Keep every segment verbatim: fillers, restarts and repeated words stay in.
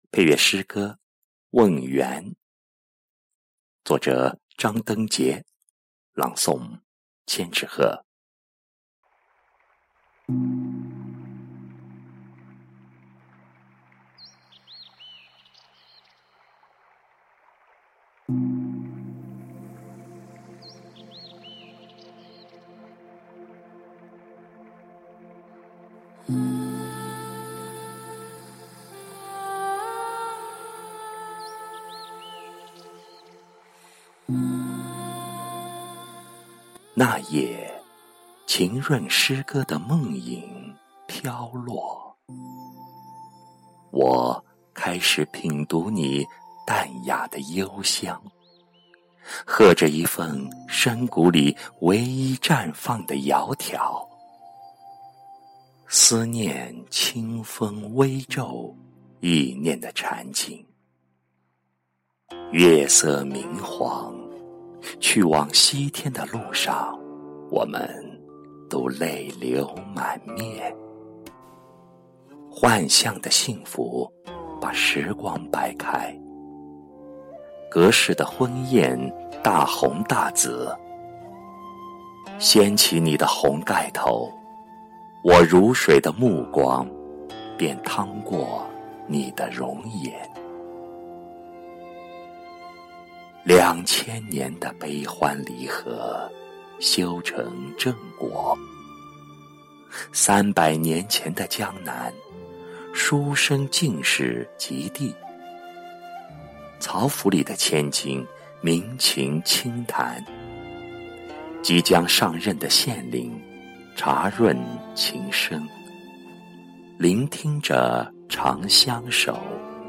配乐诗歌《问源》，作者张登杰，朗诵千纸鹤。那夜，晴润诗歌的梦影飘落，我开始品读你淡雅的幽香，喝着一份深谷里唯一绽放的窈窕。思念清风微皱，意念的禅情。月色明黄，去往西天的路上，我们都泪流满面。幻象的幸福把时光掰开，隔世的婚宴大红大紫，掀起你的红盖头，我如水的目光便趟过你的容颜。两千年的悲欢离合修成正果，三百年前的江南书生进士及第，曹府里的千金民情轻谈，即将上任的县令茶润琴声，聆听着长相守。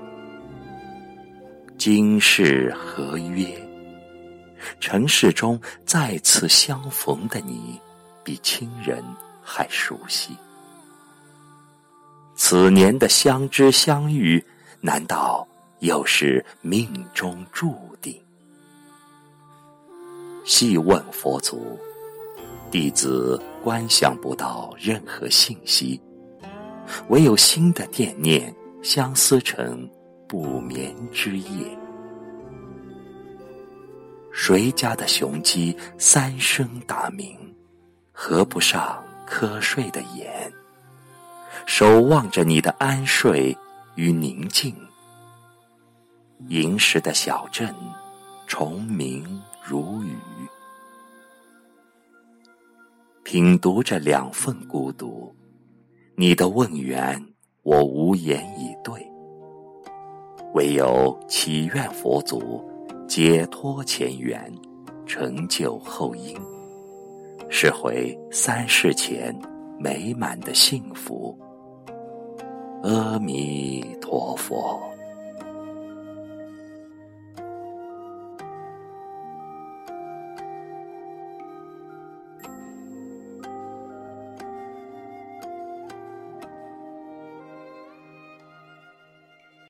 今世合约，尘世中再次相逢的你，比亲人还熟悉。此年的相知相遇，难道又是命中注定？细问佛祖，弟子观想不到任何信息，唯有心的惦念相思成不眠之夜。谁家的雄鸡三声打鸣，合不上瞌睡的眼，守望着你的安睡与宁静。吟诗的小镇虫鸣如雨，品读着两份孤独，你的问源我无言以对，唯有祈愿佛祖解脱前缘，成就后因，是回三世前美满的幸福。阿弥陀佛。